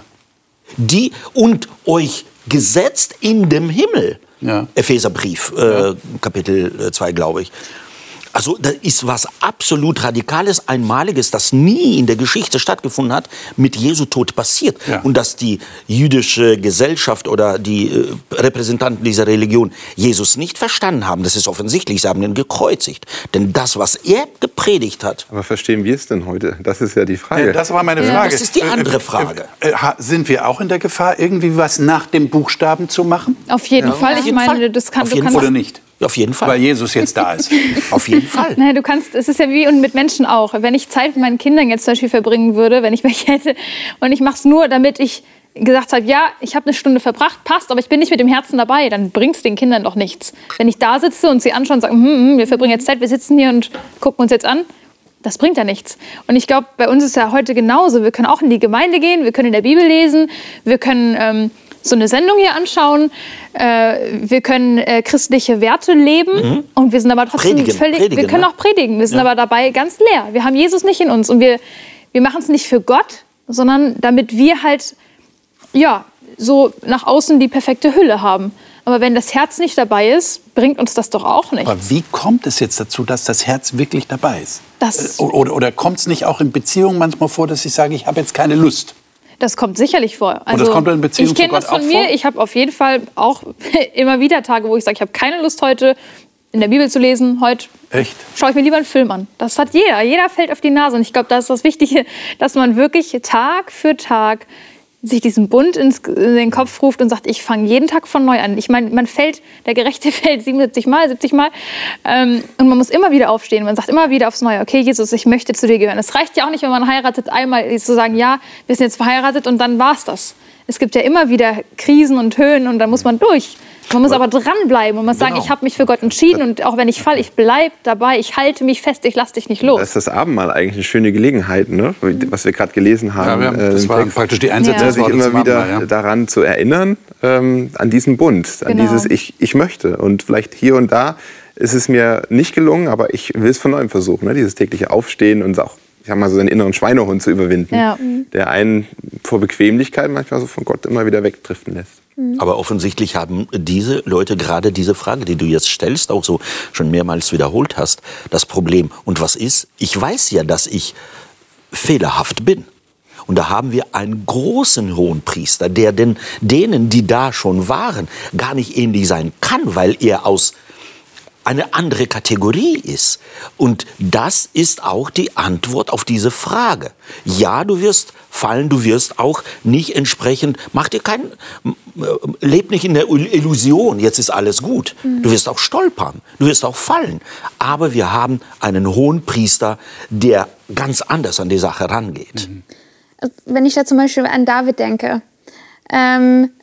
Und euch gesetzt in dem Himmel. Ja. Epheserbrief, Kapitel 2, glaube ich. Also da ist was absolut Radikales, Einmaliges, das nie in der Geschichte stattgefunden hat, mit Jesu Tod passiert. Ja. Und dass die jüdische Gesellschaft oder die Repräsentanten dieser Religion Jesus nicht verstanden haben, das ist offensichtlich, sie haben ihn gekreuzigt. Denn das, was er gepredigt hat... Aber verstehen wir es denn heute? Das ist ja die Frage. Das war meine Frage. Das ist die andere Frage. Sind wir auch in der Gefahr, irgendwie was nach dem Buchstaben zu machen? Auf jeden Fall. Ich meine, das kann... Oder nicht? Auf jeden Fall. Weil Jesus jetzt da ist. Auf jeden Fall. Naja, du kannst, es ist ja wie und mit Menschen auch. Wenn ich Zeit mit meinen Kindern jetzt zum Beispiel verbringen würde, wenn ich welche hätte, und ich mache es nur, damit ich gesagt habe, ja, ich habe eine Stunde verbracht, passt, aber ich bin nicht mit dem Herzen dabei, dann bringt es den Kindern doch nichts. Wenn ich da sitze und sie anschaue und sage, wir verbringen jetzt Zeit, wir sitzen hier und gucken uns jetzt an, das bringt ja nichts. Und ich glaube, bei uns ist ja heute genauso. Wir können auch in die Gemeinde gehen, wir können in der Bibel lesen, wir können... so eine Sendung hier anschauen. Wir können christliche Werte leben und wir sind aber trotzdem predigen, wir können auch predigen. Wir sind aber dabei ganz leer. Wir haben Jesus nicht in uns und wir machen es nicht für Gott, sondern damit wir halt so nach außen die perfekte Hülle haben. Aber wenn das Herz nicht dabei ist, bringt uns das doch auch nicht. Aber wie kommt es jetzt dazu, dass das Herz wirklich dabei ist? Oder kommt es nicht auch in Beziehungen manchmal vor, dass ich sage, ich habe jetzt keine Lust? Das kommt sicherlich vor. Also, und das kommt in Beziehung zu Gott auch vor? Ich kenne das von mir. Ich habe auf jeden Fall auch immer wieder Tage, wo ich sage, ich habe keine Lust heute in der Bibel zu lesen. Heute schaue ich mir lieber einen Film an. Das hat jeder. Jeder fällt auf die Nase. Und ich glaube, das ist das Wichtige, dass man wirklich Tag für Tag sich diesen Bund in den Kopf ruft und sagt, ich fange jeden Tag von neu an. Ich meine, der Gerechte fällt 77 Mal. Und man muss immer wieder aufstehen. Man sagt immer wieder aufs Neue, okay, Jesus, ich möchte zu dir gehören. Es reicht ja auch nicht, wenn man heiratet, einmal zu sagen, ja, wir sind jetzt verheiratet und dann war's das. Es gibt ja immer wieder Krisen und Höhen und da muss man durch. Man muss aber dranbleiben und man muss sagen, ich habe mich für Gott entschieden und auch wenn ich falle, ich bleibe dabei, ich halte mich fest, ich lasse dich nicht los. Das ist das Abendmahl eigentlich eine schöne Gelegenheit, ne? Was wir gerade gelesen haben. Ja, das war praktisch die Einsätze. Sich immer wieder daran zu erinnern, an diesen Bund, an dieses Ich möchte. Und vielleicht hier und da ist es mir nicht gelungen, aber ich will es von neuem versuchen, ne? Dieses tägliche Aufstehen und auch, ich sag mal, so seinen inneren Schweinehund zu überwinden, der einen vor Bequemlichkeit manchmal so von Gott immer wieder wegdriften lässt. Aber offensichtlich haben diese Leute gerade diese Frage, die du jetzt stellst, auch so schon mehrmals wiederholt hast, das Problem. Und was ist? Ich weiß ja, dass ich fehlerhaft bin. Und da haben wir einen großen Hohenpriester, der denen, die da schon waren, gar nicht ähnlich sein kann, weil er aus eine andere Kategorie ist. Und das ist auch die Antwort auf diese Frage. Ja, du wirst fallen, du wirst auch nicht entsprechend, leb nicht in der Illusion, jetzt ist alles gut. Du wirst auch stolpern, du wirst auch fallen. Aber wir haben einen Hohenpriester, der ganz anders an die Sache rangeht. Wenn ich da zum Beispiel an David denke,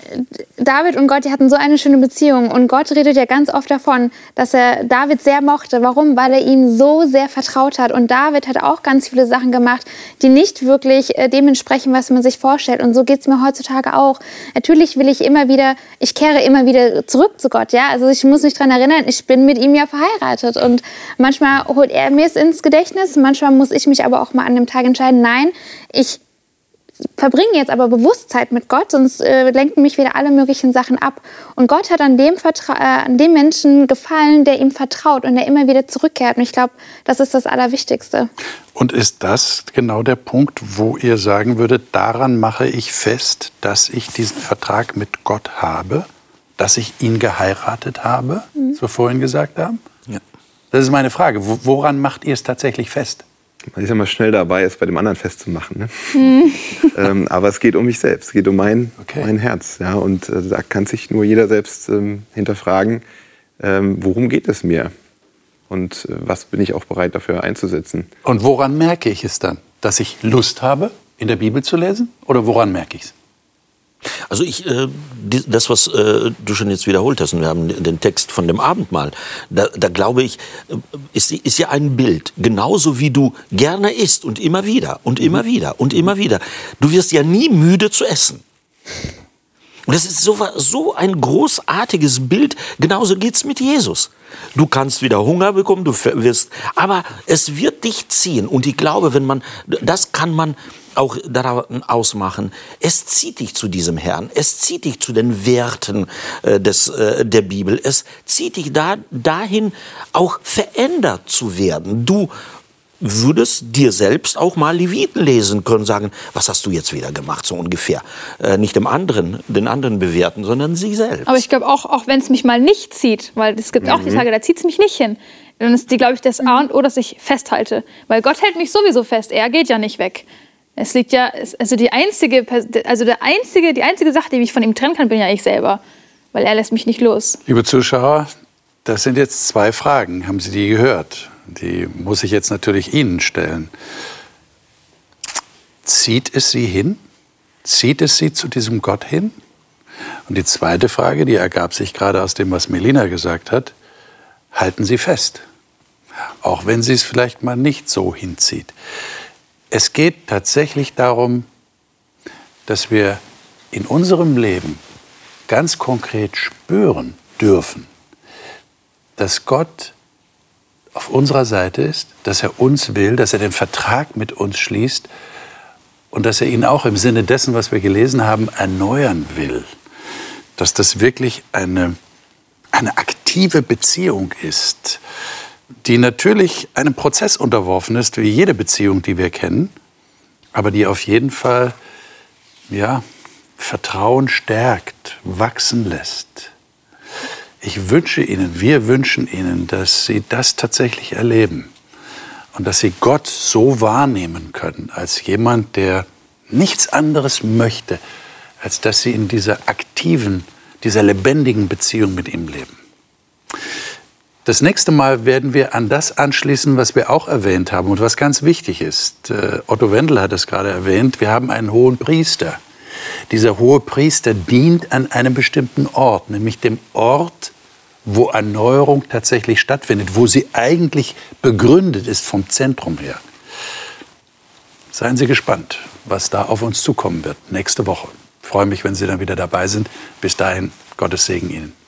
David und Gott, die hatten so eine schöne Beziehung. Und Gott redet ja ganz oft davon, dass er David sehr mochte. Warum? Weil er ihm so sehr vertraut hat. Und David hat auch ganz viele Sachen gemacht, die nicht wirklich dem entsprechen, was man sich vorstellt. Und so geht es mir heutzutage auch. Natürlich ich kehre immer wieder zurück zu Gott. Ja? Also ich muss mich daran erinnern, ich bin mit ihm ja verheiratet. Und manchmal holt er mir es ins Gedächtnis. Manchmal muss ich mich aber auch mal an dem Tag entscheiden, nein, ich verbringe jetzt aber bewusst Zeit mit Gott, sonst lenken mich wieder alle möglichen Sachen ab. Und Gott hat an dem Menschen gefallen, der ihm vertraut und der immer wieder zurückkehrt. Und ich glaube, das ist das Allerwichtigste. Und ist das genau der Punkt, wo ihr sagen würdet, daran mache ich fest, dass ich diesen Vertrag mit Gott habe, dass ich ihn geheiratet habe, was wir vorhin gesagt haben? Ja. Das ist meine Frage. Woran macht ihr es tatsächlich fest? Man ist ja mal schnell dabei, es bei dem anderen festzumachen. Ne? Aber es geht um mich selbst, es geht um mein Herz. Ja? Und da kann sich nur jeder selbst hinterfragen, worum geht es mir? Und was bin ich auch bereit dafür einzusetzen? Und woran merke ich es dann? Dass ich Lust habe, in der Bibel zu lesen? Oder woran merke ich es? Also das, was du schon jetzt wiederholt hast, und wir haben den Text von dem Abendmahl, da glaube ich, ist ja ein Bild, genauso wie du gerne isst und immer wieder und immer wieder und immer wieder. Du wirst ja nie müde zu essen. Und das ist so ein großartiges Bild, genauso geht's mit Jesus. Du kannst wieder Hunger bekommen, aber es wird dich ziehen. Und ich glaube, das kann man auch daran ausmachen. Es zieht dich zu diesem Herrn. Es zieht dich zu den Werten der Bibel. Es zieht dich dahin, auch verändert zu werden. Du würdest dir selbst auch mal Leviten lesen können, sagen, was hast du jetzt wieder gemacht, so ungefähr. Nicht den anderen bewerten, sondern sie selbst. Aber ich glaube auch wenn es mich mal nicht zieht, weil es gibt auch die Tage, da zieht es mich nicht hin, dann ist glaube ich, das A und O, dass ich festhalte. Weil Gott hält mich sowieso fest, er geht ja nicht weg. Es liegt ja, also die einzige Sache, die mich von ihm trennen kann, bin ja ich selber. Weil er lässt mich nicht los. Liebe Zuschauer, das sind jetzt 2 Fragen. Haben Sie die gehört? Die muss ich jetzt natürlich Ihnen stellen. Zieht es Sie hin? Zieht es Sie zu diesem Gott hin? Und die zweite Frage, die ergab sich gerade aus dem, was Melina gesagt hat. Halten Sie fest. Auch wenn Sie es vielleicht mal nicht so hinzieht. Es geht tatsächlich darum, dass wir in unserem Leben ganz konkret spüren dürfen, dass Gott auf unserer Seite ist, dass er uns will, dass er den Vertrag mit uns schließt und dass er ihn auch im Sinne dessen, was wir gelesen haben, erneuern will. Dass das wirklich eine aktive Beziehung ist, die natürlich einem Prozess unterworfen ist, wie jede Beziehung, die wir kennen, aber die auf jeden Fall Vertrauen stärkt, wachsen lässt. Wir wünschen Ihnen, dass Sie das tatsächlich erleben und dass Sie Gott so wahrnehmen können, als jemand, der nichts anderes möchte, als dass Sie in dieser aktiven, dieser lebendigen Beziehung mit ihm leben. Das nächste Mal werden wir an das anschließen, was wir auch erwähnt haben und was ganz wichtig ist. Otto Wendel hat es gerade erwähnt, wir haben einen hohen Priester. Dieser hohe Priester dient an einem bestimmten Ort, nämlich dem Ort, wo Erneuerung tatsächlich stattfindet, wo sie eigentlich begründet ist vom Zentrum her. Seien Sie gespannt, was da auf uns zukommen wird nächste Woche. Ich freue mich, wenn Sie dann wieder dabei sind. Bis dahin, Gottes Segen Ihnen.